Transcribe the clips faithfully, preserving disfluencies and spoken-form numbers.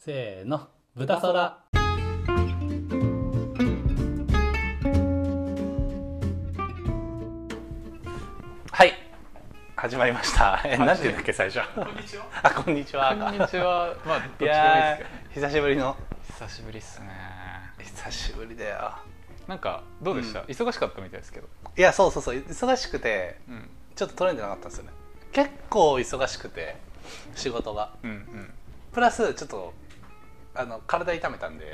せーの、豚そら。はい、始まりました。え、なんて言うんだっけ最初。 こんにちは。 あ、こんにちは。 こんにちは。まあどっちでもいいですけど。 久しぶりの。 久しぶりっすね。 久しぶりだよ。 なんかどうでした、 うん、 忙しかったみたいですけど。 いや、そうそうそう、忙しくて、うん、ちょっと取れてなかったんですよね。結構忙しくて仕事が。うんうん。プラスちょっとあの体痛めたんで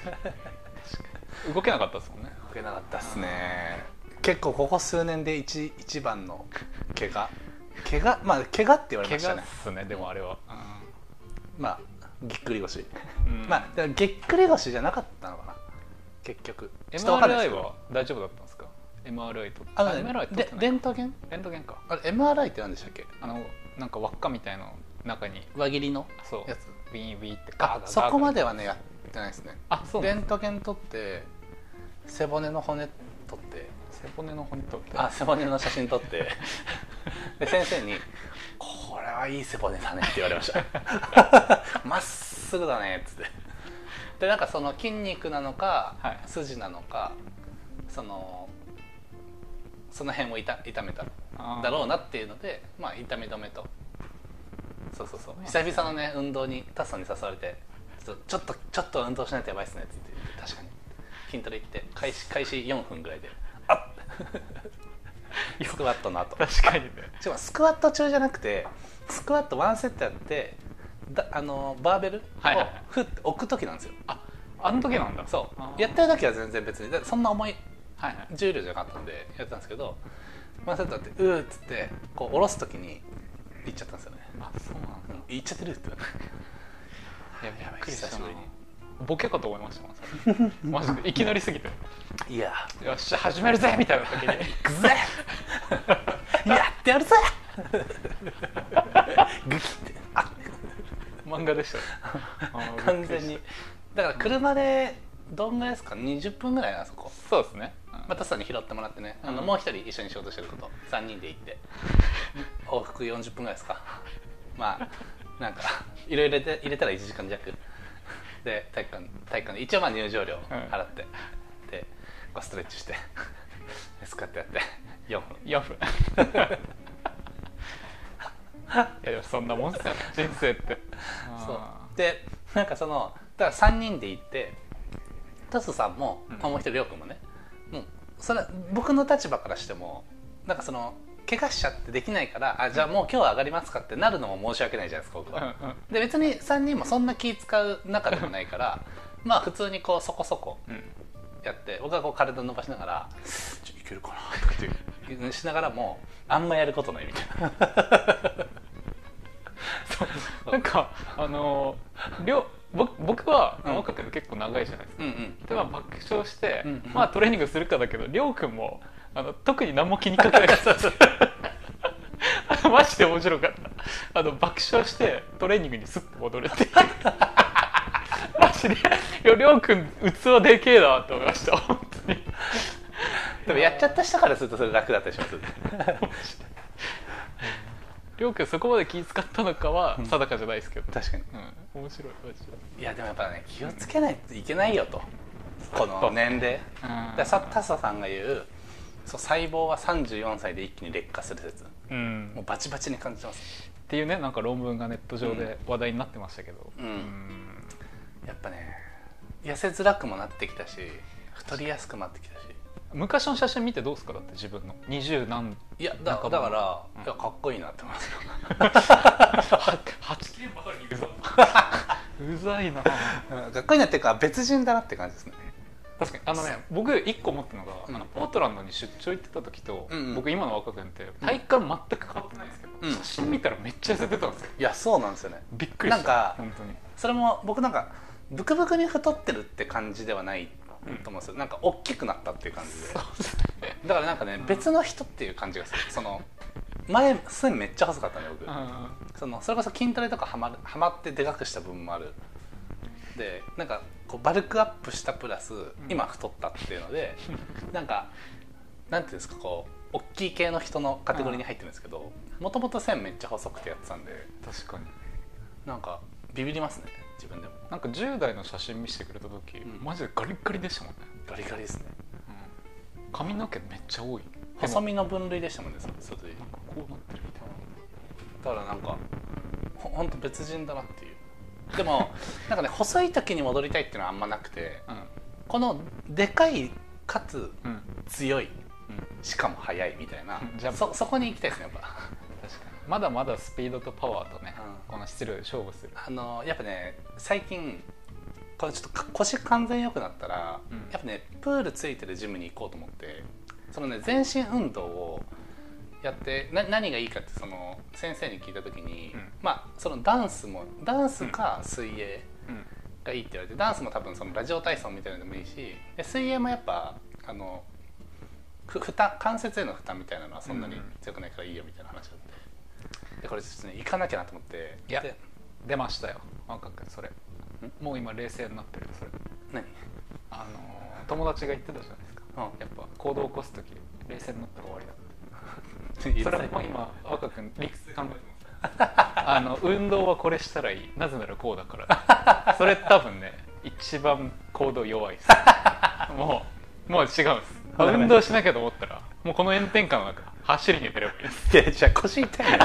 動けなかったですもんね。 動けなかったっすね。結構ここ数年で 一, 一番の怪我怪我まあ怪我って言われましたね。 怪我っすね。でもあれは、 うん、まあぎっくり腰、うん、まあでもぎっくり腰じゃなかったのかな結局。 エムアールアイ は大丈夫だったんですか？ エムアールアイ とあの、ね、エムアールアイ でレントゲンレントゲンか。 あれ エムアールアイ って何でしたっけ？ あのなんか輪っかみたいの中に輪切りのそうやつビービーってあそこまではねやってないですね。 あそうレントゲン取って背骨の骨取って背骨の骨取ってあ背骨の写真撮ってで先生に「これはいい背骨だね」って言われましたまっすぐだねっつってでなんかその筋肉なのか、はい、筋なのかそのその辺を痛痛めただろうなっていうのでまあ痛み止めとそうそうそう久々のね運動にタスさんに誘われてちょっとちょっとちょっと運動しないとやばいっすねって言って確かに筋トレ行って開始開始よんぷんぐらいであっスクワットの後確かにね。 しかもスクワット中じゃなくてスクワットワンセットやってだあのバーベルをふって置く時なんですよ。 ああの時なんだ。 そうやってる時は全然別にそんな重い重量じゃなかったんでやってたんですけどワンセットやってうーっつってこう下ろす時にいっちゃったんですよね。 あそうなんだ。 いっちゃってるってやばい久しぶりにボケかと思いましたもんマジでいきなりすぎていやよっしゃ始めるぜみたいな時に行くぜやってやるぜグキってあ漫画でした完全にだから車でどんぐらいですかにじゅっぷんぐらいなそこ。 そうですね。 またさんに拾ってもらってね、あのもう一人一緒に仕事してることさんにんで行って往復よんじゅっぷんぐらいですか。まあなんかいろいろ入れて入れたらいちじかん弱で体育館体育館で一応まあ入場料払って、うん、でこうストレッチしてスクワットやってよんぷんよんぷんいやでもそんなもんっすよね人生ってそうでなんかそのだからさんにんで行ってタスさんも、うん、もう一人りょうくんもねもうそれ僕の立場からしてもなんかその怪我しちゃってできないからあじゃあもう今日は上がりますかってなるのも申し訳ないじゃないですか僕は、うんうん、で別にさんにんもそんな気使う仲でもないからまあ普通にこうそこそこやって、うん、僕はこう体伸ばしながらちょいけるかなとかってしながらもあんまやることないみたいなそうなんかあのりょ僕, 僕は若くて結構長いじゃないですか、うんうん、でまあ爆笑して、うんうん、まあトレーニングするかだけどりょうくんもあの特に何も気にかけなかったマジで面白かったあの爆笑してトレーニングにスッと戻るってマジでりょうくん器でけえなと思いました本当にでもやっちゃった人からするとそれ楽だったりしますりょうくんそこまで気遣ったのかは定かじゃないですけど、 うん、確かに、 うん、面白いマジで。 いやでもやっぱね気をつけないといけないよとこの年齢でタサさんが言うそう細胞はさんじゅうよんさいで一気に劣化する説、うん、もうバチバチに感じてますっていうねなんか論文がネット上で話題になってましたけど、 うんうん、やっぱね痩せづらくもなってきたし太りやすくなってきたし昔の写真見てどうですかだって自分の二十何いや だ, だから、うん、いやかっこいいなって思いますよはちけんばかりにうざうざいなかっこいいなっていうか別人だなって感じですね。 確かにあのね僕一個思ったのが、うん、あのポートランドに出張行ってた時と、うんうん、僕今の若君って体育館全く変わってないんですけど、うん、写真見たらめっちゃ痩せてたんですよ。 いやそうなんですよね。 びっくりしたなんか本当にそれも僕なんかブクブクに太ってるって感じではないと思うんですよ、うん、なんか大きくなったっていう感じでだからなんかね、うん、別の人っていう感じがする。その前線めっちゃ細かったね僕、うん、そのそれこそ筋トレとかハマるハマってでかくした部分もあるでなんかこうバルクアップしたプラス今太ったっていうので、うん、なんかなんていうんですかこう大きい系の人のカテゴリーに入ってるんですけどもともと線めっちゃ細くてやってたんで確かになんかビビりますね自分でも。 なんかじゅう代の写真見せてくれた時、うん、マジでガリガリでしたもんね。 ガリガリですね、 うん、髪の毛めっちゃ多い、 細身の分類でしたもんね。そうそう、 なんかこうなってるみたいな。だからなんかほほんと別人だなっていう。でもなんかね細い時に戻りたいっていうのはあんまなくて、うん、このでかいかつ強い、うん、しかも速いみたいな、うん、そ, そこに行きたいですねやっぱ。確かにまだまだスピードとパワーとね、うん、この質量で勝負する。 あのやっぱね最近これちょっと腰完全良くなったら、うん、やっぱねプールついてるジムに行こうと思って、そのね全身運動をやってな何がいいかってその先生に聞いた時に、うん、まあそのダンスもダンスか水泳がいいって言われて、ダンスも多分そのラジオ体操みたいなのでもいいし、で水泳もやっぱあの負担関節への負担みたいなのはそんなに強くないからいいよみたいな話だって、でこれちょっとね行かなきゃなと思って。 いや出ましたよ若くそれ。もう今冷静になってる。それ何？ あの友達が言ってたじゃないですか、うん、やっぱ行動を起こす時冷静になったら終わりだって。それも今若君理屈で考えてますあの運動はこれしたらいい、なぜならこうだからそれ多分ね一番行動弱いですもうもう違うんです。運動しなきゃと思ったらもうこの炎天下の中走りに出ればいいです。 いやじゃあ腰痛いな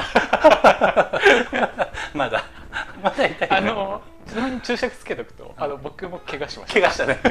まだまだ痛いな。 あのちなみに注釈つけとくと、あの僕も怪我しました。 怪我したね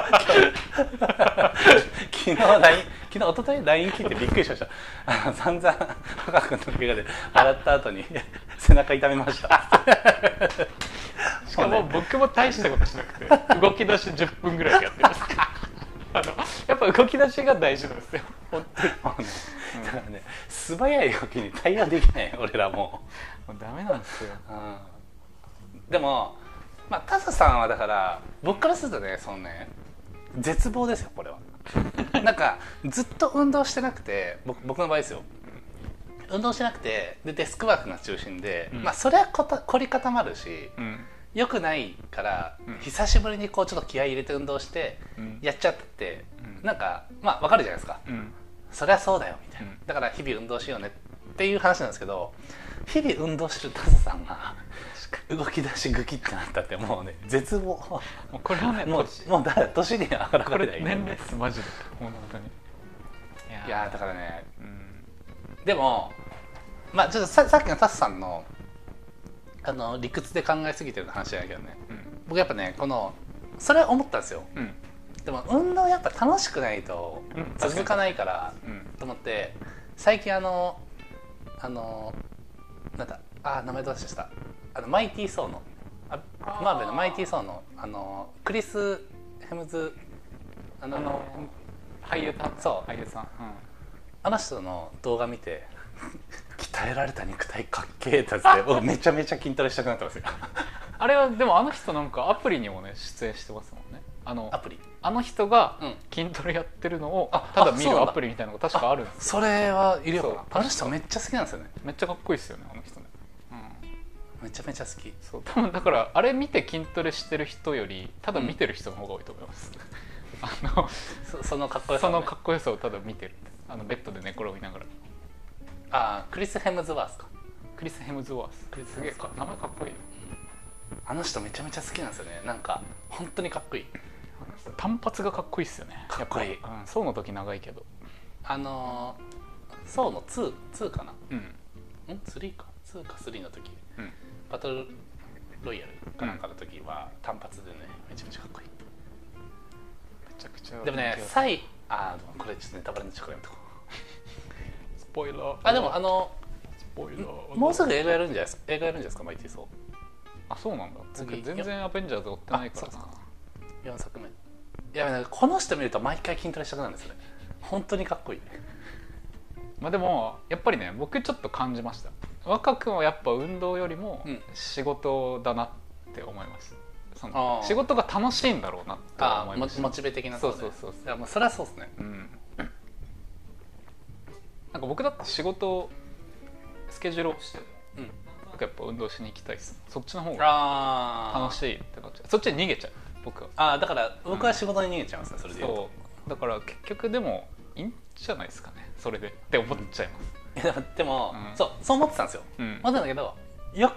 昨日 ライン 昨日一昨日 ライン 切ってびっくりしました。あの散々若君の怪我で笑った後に背中痛めましたしかも僕も大したことしなくて動き出しじゅっぷんぐらいやってますあのやっぱ動き出しが大事なんですよ本当に。もうね、 うん、だからね素早い動きに対応できない俺らもうもうダメなんですよ、 うん、でもまあタサさんはだから僕からするとねそのね絶望ですよこれはなんかずっと運動してなくて 僕, 僕の場合ですよ、運動してなくてでデスクワークが中心で、うん、まあそれはこた凝り固まるし、うん、よくないから、うん、久しぶりにこうちょっと気合い入れて運動してやっちゃって、うん、なんかまあ分かるじゃないですか、うん、そりゃそうだよみたいな、だから日々運動しようねっていう話なんですけど、日々運動してるタサさんが動き出しグキってなったってもうね絶望。もうこれはねもうもうだから年には上がらない。 年齢ですマジで本当に。 いや, いやだからね、うん、でもまあちょっと さ, さっきのタスさんのあの理屈で考えすぎてる話じゃないけどね、うん、僕やっぱねこのそれ思ったんですよ、うん、でも運動やっぱ楽しくないと続かないから、うん、と思って最近あのあのなんだあ名前どうでしたあのマイティー・ソーのあマーベルのマイティー・ソーのあのクリス・ヘムズあの、あの俳優さんそう俳優さん、うん、 あの人の動画見て鍛えられた肉体かっけえってやつで僕めちゃめちゃ筋トレしたくなってますよあれはでもあの人なんかアプリにもね出演してますもんね。あのアプリあの人が筋トレやってるのをただ見るアプリみたいなのが確かあるんですよ。 それはいるよ。あの人めっちゃ好きなんですよね。 めっちゃかっこいいですよねあの人ね、 うん、めちゃめちゃ好き。 そう多分だからあれ見て筋トレしてる人よりただ見てる人の方が多いと思います、うん、あのそ, そのかっこよさ、 ね、そのかっこよさをただ見てるあのベッドで寝転びながら。 ああクリス・ヘムズワースか。 クリス・ヘムズワースすげえ名前かっこいいよ。 あの人めちゃめちゃ好きなんですよね。なんか本当にかっこいい。 単発がかっこいいっすよね。 かっこいい。 ソー、うん、の時長いけどあのー、ソーのツー、ツーかな、うん、んスリーかツーかスリーの時、うん、バトルロイヤルかなんかの時は単発でねめちゃめちゃかっこいい。 めちゃくちゃでもねサイあーこれちょっとネタバレのちょっとやめとこうスポイラー。 あでもあのスポイラーもうすぐ映画やるんじゃないですか。映画やるんじゃないですかマイティーソー。 あそうなんだ。僕全然アベンジャーズ追ってないからな。 よんさくめ。いやなんかこの人見ると毎回筋トレしたくなるんですよね。本当にかっこいい。 まあでもやっぱりね僕ちょっと感じました。若くはやっぱ運動よりも仕事だなって思います、うん、その仕事が楽しいんだろうなって思いました。 モチベ的な。 そうそうそうそう。 いやもうそれはそうですね、うん、 なんか僕だって仕事スケジュールをして、うん、やっぱ運動しに行きたいです。そっちの方が楽しいってなっちゃう。そっちに逃げちゃう僕は。 あだから僕は仕事に逃げちゃいますね、うん、それで言うと。 そうだから結局でもいいんじゃないですかねそれでって思っちゃいます、 うん、いやでも、うん、そうそう思ってたんですよ、うん、思ってたんだけどよくな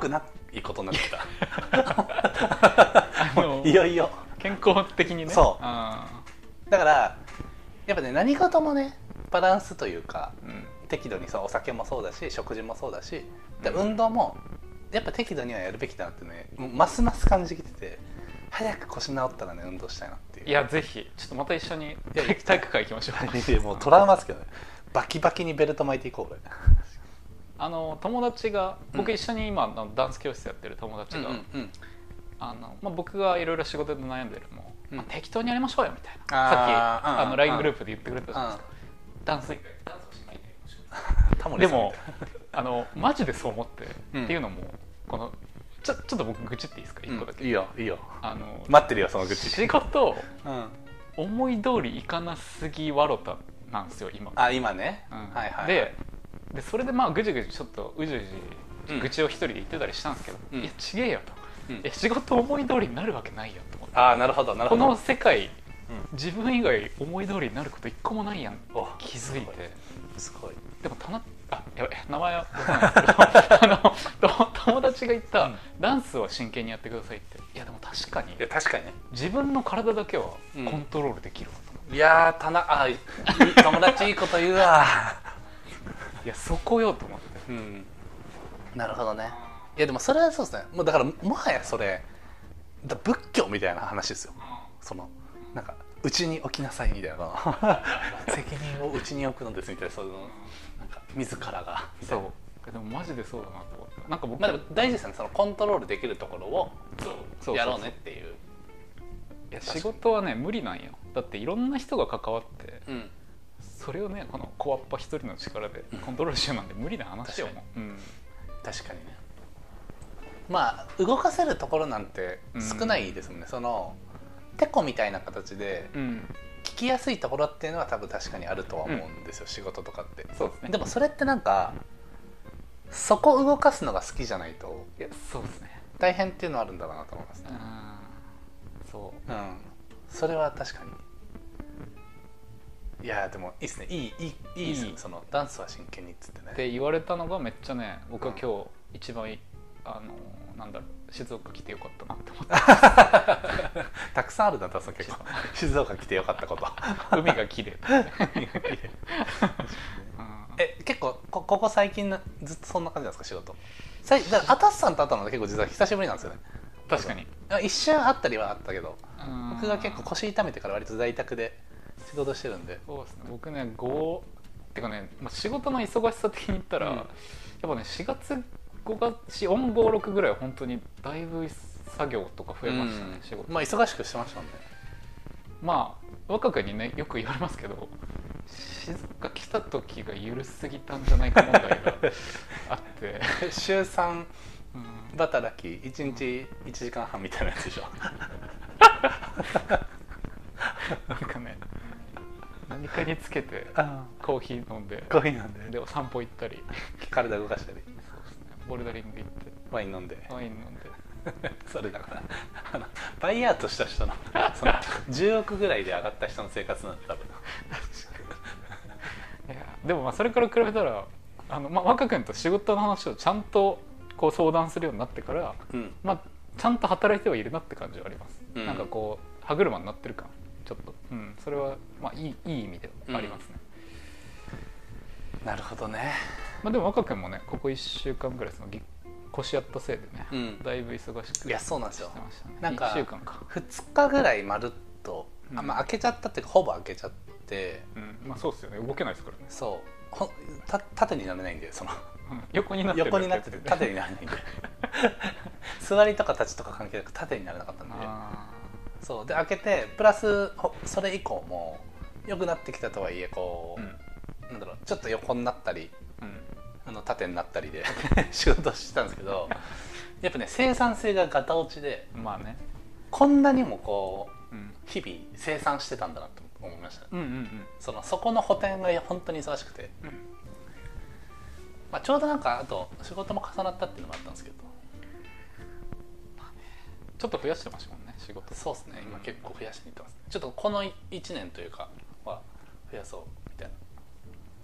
いいことになってきたあのいよいよ健康的にね。 そうあだからやっぱね何事もねバランスというか、 うん、 適度にそうお酒もそうだし食事もそうだしでうん運動もやっぱ適度にはやるべきだなってねますます感じてきてて早く腰治ったらね運動したいなっていう。 いやぜひちょっとまた一緒にや体育会行きましょうもうトラウマですけどねバキバキにベルト巻いていこう俺あの友達が僕うん一緒に今あのダンス教室やってる友達が、 うんうんあのまあ、僕がいろいろ仕事で悩んでるのも、 うんまあ、適当にやりましょうよみたいなあーさっきうんあの ライン グループで言ってくれたじゃないですか、ダンス以外ダンスをしないでタモリさんみでもたいあのマジでそう思って、 うんっていうのもこのちょちょっと僕愚痴っていいですか一個だけ、 うんいいよいいよあの待ってるよその愚痴仕事うん思い通りいかなすぎわろたなんですよ今、 あ今ね、 うんはいはい、はい、 ででそれでまあぐじぐじちょっとうじうじうん愚痴を一人で言ってたりしたんですけど、 うんいやちげえよと、 うんえ仕事思い通りになるわけないよと思って、 ああなるほどなるほどこの世界うん自分以外思い通りになること一個もないやんお気づいて、 すごいでもたなあやばい名前は出さないですけどあのと友達が言った、 うんダンスは真剣にやってくださいっていやでも確かにいや確かにね自分の体だけはうんコントロールできるわと思って、 いやーたなあいい友達いいこと言うわいやそこよと思ってうんなるほどね。いやでもそれはそうですねもうだからもはやそれだ仏教みたいな話ですよ。そのなんかうちに置きなさいみたいな責任をうちに置くのですみたいなそういうのなんか自らがみたいなそうでもマジでそうだなと思ってなんか僕、 まあでも大事ですよねそのコントロールできるところをそうやろうねっていう。 いや仕事はね無理なんよだっていろんな人が関わってうんそれをねこの小っぱ一人の力でコントロールしようなんて無理な話よ、 確かもう、うん、 確かにね。まあ動かせるところなんて少ないですもんね、うん、そのテコみたいな形でうん聞きやすいところっていうのは多分確かにあるとは思うんですよ、うん、仕事とかってそうですね。 でもそれってなんかそこ動かすのが好きじゃないといやそうですね大変っていうのはあるんだろうなと思いますね。 そううんそれは確かに。いやでもいいですねいいいいいいですねいいそのダンスは真剣にっつってねって言われたのがめっちゃね僕は今日一番いいあのなんだろう静岡来てよかったなって思ってたくさんあるんだったらその結構静岡来てよかったこと海が綺麗だねえ結構こここ最近なずっとそんな感じなんですか仕事さいだアタスさんと会ったのが結構実は久しぶりなんですよね。 確かに一瞬会ったりはあったけどうん僕が結構腰痛めてから割と在宅で仕事してるんで。 そうですね僕ねごってかね、まあ、仕事の忙しさ的に言ったら、うん、やっぱねしがつごがつよんごろくぐらいは本当にだいぶ作業とか増えましたね、うん、仕事まあ忙しくしてましたもんね。 まあ若くにねよく言われますけど静岡来た時が緩すぎたんじゃないか問題があって週さん働きいちにちいちじかんはんみたいなやつでしょなんかね何かにつけてコーヒー飲んでコーヒー飲んででお散歩行ったり体動かしたりそうですねボルダリング行ってワイン飲んでワイン飲んでそれだからあのバイヤーとした人のそのじゅうおくぐらいで上がった人の生活なんて多分いやでもまあそれから比べたらあの、まあ、若君と仕事の話をちゃんとこう相談するようになってから、うんまあ、ちゃんと働いてはいるなって感じはあります、うん、なんかこう歯車になってる感ちょっと、うん、それは、まあ、いい, いい意味ではありますね、 うん、なるほどね、 まあ、でも若君もねここいっしゅうかんぐらいその腰やったせいでね、うん、だいぶ忙しくいやそうなんですよしてましたね。 なんかいっしゅうかんかふつかぐらいまるっと、うん、あまあ、開けちゃったっていうかほぼ開けちゃって、 うん、まあそうですよね動けないですからね。 そうほた縦になれないんでその、 うん、横になってる横になってて縦になれないんで座りとか立ちとか関係なく縦になれなかったんでそうで開けてプラスそれ以降も良くなってきたとはいえこう、うん、なんだろうちょっと横になったり、うんあの縦になったりで仕事してたんですけどやっぱね生産性がガタ落ちで、 まあね、 こんなにもこう、うん、日々生産してたんだなと思いました、ねうんうんうん、そのそこの補填が本当に忙しくて、うんまあ、ちょうどなんかあと仕事も重なったっていうのもあったんですけど、 まあね、ちょっと増やしてましたもんね仕事。 そうですね今結構増やしていってます、ね、ちょっとこのいちねんというかは増やそうみたいな。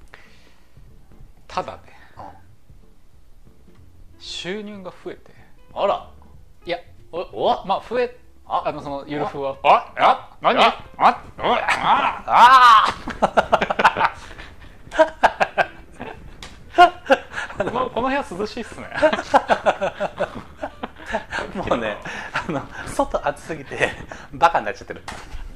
ただね収入が増えてあら、 いやおおまあ笛ああのそのゆるふはああ何あああこのこの部屋涼しいっすねもうね、あの外暑すぎてバカになっちゃってる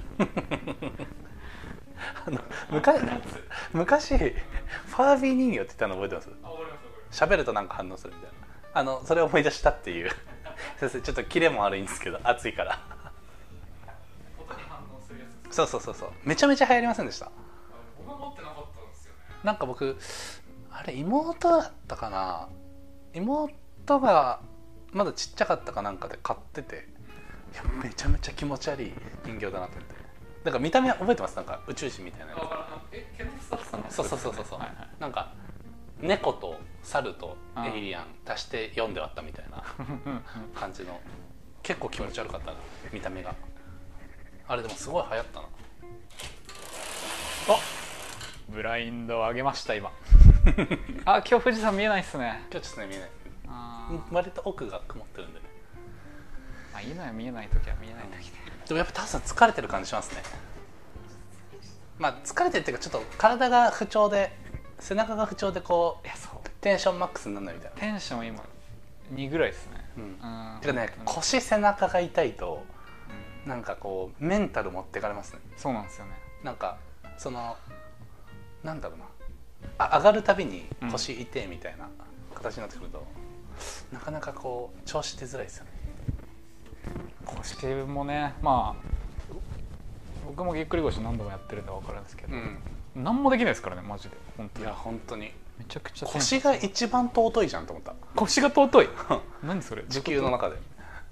あの昔昔ファービー人形って言ったの覚えてます？喋るとなんか反応するみたいな、あのそれを思い出したっていう先生、ちょっとキレも悪いんですけど暑いから音に反応するやつ。 そうそうそうそう、めちゃめちゃ流行りませんでした？ 僕は持ってなかったんですよね。 なんか僕あれ妹だったかな、妹がまだちっちゃかったかなんかで買ってて、いやめちゃめちゃ気持ち悪い人形だなと思って、なんか見た目は覚えてます？なんか宇宙人みたいなやえケントスタッフさんのつ、そうそうそうそうそう、 はいはい、 なんか猫と猿とエイリアン足してよんで割ったみたいな感じの結構気持ち悪かったな見た目が。あれでもすごい流行ったな。 あブラインドを上げました今あ今日富士山見えないっすね。 今日ちょっとね見えない、 あ割と奥が曇ってるんでね。 まあいいのよ、見えない時は見えない時で。 でもやっぱタフさん疲れてる感じしますね。まあ疲れてるっていうかちょっと体が不調で背中が不調でこういやそうテンションマックスにならないみたいな。 テンション今にぐらいですね。 うんうんてかね、 うん腰背中が痛いとなんかこうメンタル持ってかれますね。 そうなんですよね。 なんかそのなんだろうな、あ上がるたびに腰痛いみたいな形になってくると、うん、なかなかこう調子出づらいですよね。 腰もね、まあ僕もぎっくり腰何度もやってるんで分かるんですけど、うん、何もできないですからねマジで本当に。 いや本当にめちゃくちゃ腰が一番尊いじゃんと思った。 腰が尊い何それ地球の中で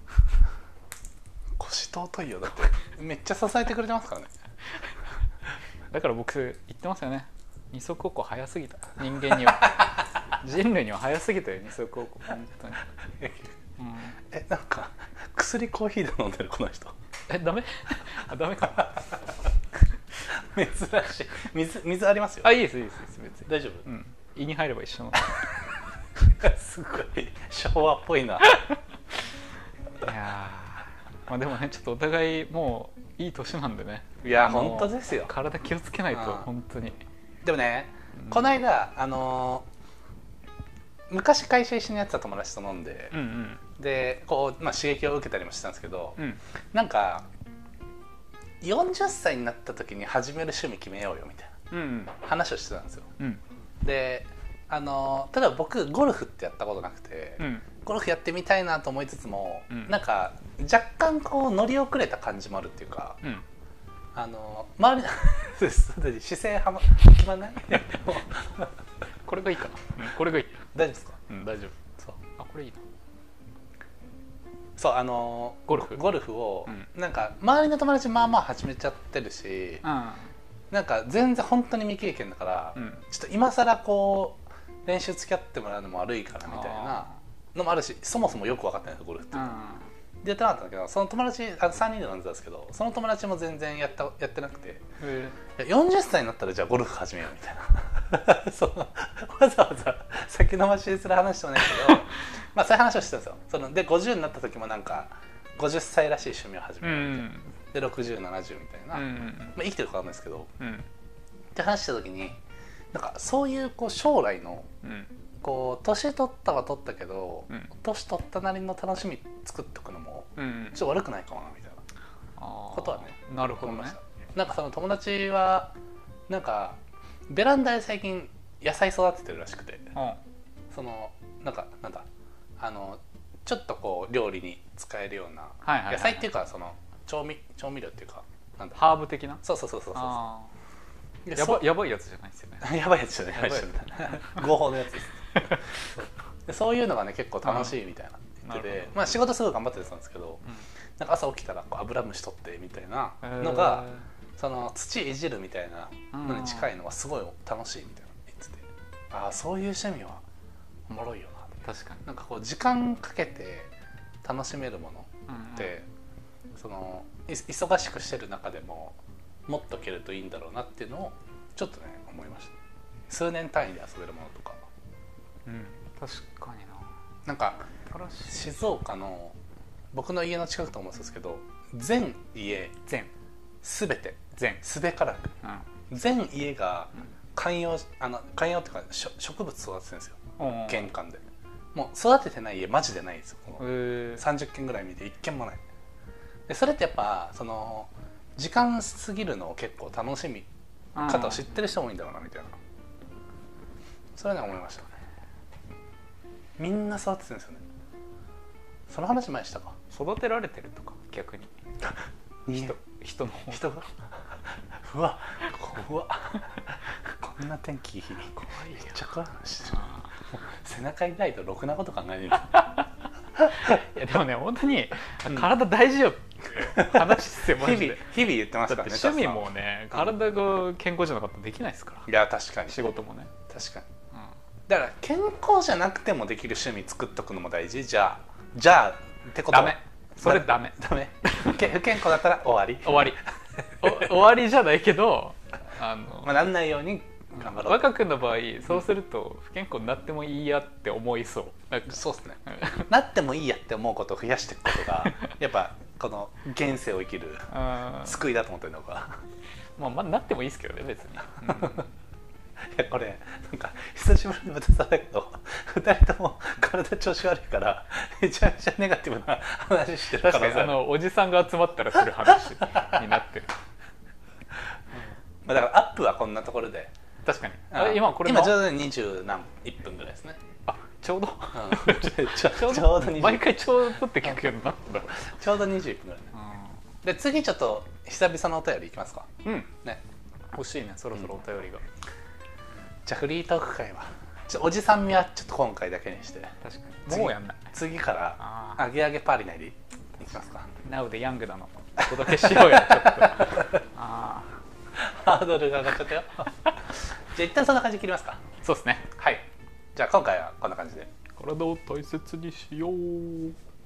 腰尊いよ。だってめっちゃ支えてくれてますからねだから僕言ってますよね、二足歩行早すぎた人間には人類には早すぎたよ二足歩行本当に、 うん、えなんか薬コーヒーで飲んでるこの人えダメあダメか珍しい。水水ありますよ。 あいいですいいです別に大丈夫、 うん、胃に入れば一緒のすごい昭和っぽいな。いやまあでもねちょっとお互いもういい年なんでね。 いや本当ですよ。 体気をつけないと本当に。 でもね、うん、この間あのー、昔会社一緒にやってた友達と飲んで、うんうん、でこう、まあ、刺激を受けたりもしてたんですけど、うん、なんかよんじゅっさいになった時に始める趣味決めようよみたいな話をしてたんですよ、うん、であの例えば僕ゴルフってやったことなくて、うん、ゴルフやってみたいなと思いつつも、うん、なんか若干こう乗り遅れた感じもあるっていうか、うん、あの周りの姿勢はま決まんないこれがいいかな、うん、これがいい大丈夫ですか、 うん、大丈夫。そうあこれいいな。 そうあのゴルフゴルフを、うん、なんか周りの友達まあまあ始めちゃってるし、うん、なんか全然本当に未経験だから、うん、ちょっと今更こう練習付き合ってもらうのも悪いからみたいなのもあるし、そもそもよく分かってないですゴルフっていうの、うん、でやってなかったんだけど、その友達あさんにんで飲んでたんですけど、その友達も全然やったやってなくて、よんじゅっさいになったらじゃあゴルフ始めようみたいなそのわざわざ先延ばしする話もないけどまあそういう話をしてたんですよ。そのでごじゅうになった時もなんかごじゅっさいらしい趣味を始めようみたいな、うん、でろくじゅう、ななじゅうみたいな、うん、まあ、生きてるかわかんないですけど、うん、って話した時になんかそういうこう将来の、うん、こう年取ったは取ったけど、うん、年取ったなりの楽しみ作っておくのも、うん、ちょっと悪くないかもなみたいなことはね、 なるほどね。 なんかその友達はなんかベランダで最近野菜育ててるらしくて、うん、そのなんかなんだあのちょっとこう料理に使えるような、はいはいはいはい、野菜っていうかその調味調味料っていうかなんだハーブ的な。 そうそうそうそうそう 。やばやばいやつじゃないですよね。 やばいやつじゃないですよね。合法のやつですそうでそういうのがね結構楽しいみたいな言ってて、まあ仕事すごい頑張ってたんですけど、うん、なんか朝起きたらこう油虫取ってみたいなのが、その土いじるみたいなのに近いのがすごい楽しいみたいな言ってて、ああそういう趣味はおもろいよな。 確かに。 なんかこう時間かけて楽しめるものって、うんうん、その忙しくしてる中でももっとけるといいんだろうなっていうのをちょっとね思いました。数年単位で遊べるものとか、 うん、確かにな。 なんか静岡の僕の家の近くと思うんですけど、全家全すべて全すべからく、うん、全家が観葉、あの観葉っていうか植物育ててるんですよ、うん、玄関で。もう育ててない家マジでないんですよ。このさんじゅっけんぐらい見ていっけんもない。でそれってやっぱその時間過ぎるのを結構楽しみ方を知ってる人も多いんだろうなみたいな、それはね思いましたね。みんな育ててるんですよね。その話前したか。 育てられてるとか逆に人人の方人がうわ怖っこんな天気怖いめっちゃ怖い話してる。背中痛いとろくなこと考えないいやでもね本当に体大事よって話っすよマジで。 日々言ってますからね。 だって趣味もね体が健康じゃなかったらできないですから。 いや確かに仕事もね確かに、うん、だから健康じゃなくてもできる趣味作っとくのも大事。じゃあじゃあってことはダメそれダメダメ不健康だったら終わり終わり終わりじゃないけどあの、 まあ、なんないように頑張ろう。 若君の場合そうすると不健康になってもいいやって思いそう。なんかそうですねなってもいいやって思うことを増やしていくことがやっぱこの現世を生きる救いだと思ってるのかまあまあなってもいいですけどね別に、うん、いやこれなんか久しぶりに豚さんだけどふたりとも体調子悪いからめちゃめちゃネガティブな話してるから確かにあのおじさんが集まったらする話になってるまあだからアップはこんなところで確かにあ今これ今ちょうどにじゅう何いっぷんぐらいですね。 あちょうど、 うん、ちょちょちょうど毎回ちょうどって聞くけどなんだちょうどにじゅういっぷんぐらい、うん、で次ちょっと久々のお便りいきますか。 うんね欲しいねそろそろお便りが、うん、 じゃあフリートーク会はちょおじさんみはちょっと今回だけにして確かにもうやんない次からあげあげパーリー内でいきますか。 ナウでヤングなのお届けしようやちょっとあハードルが上がっちゃったよじゃあ一旦そんな感じで切りますか。 そうですね。 はいじゃあ今回はこんな感じで体を大切にしよう。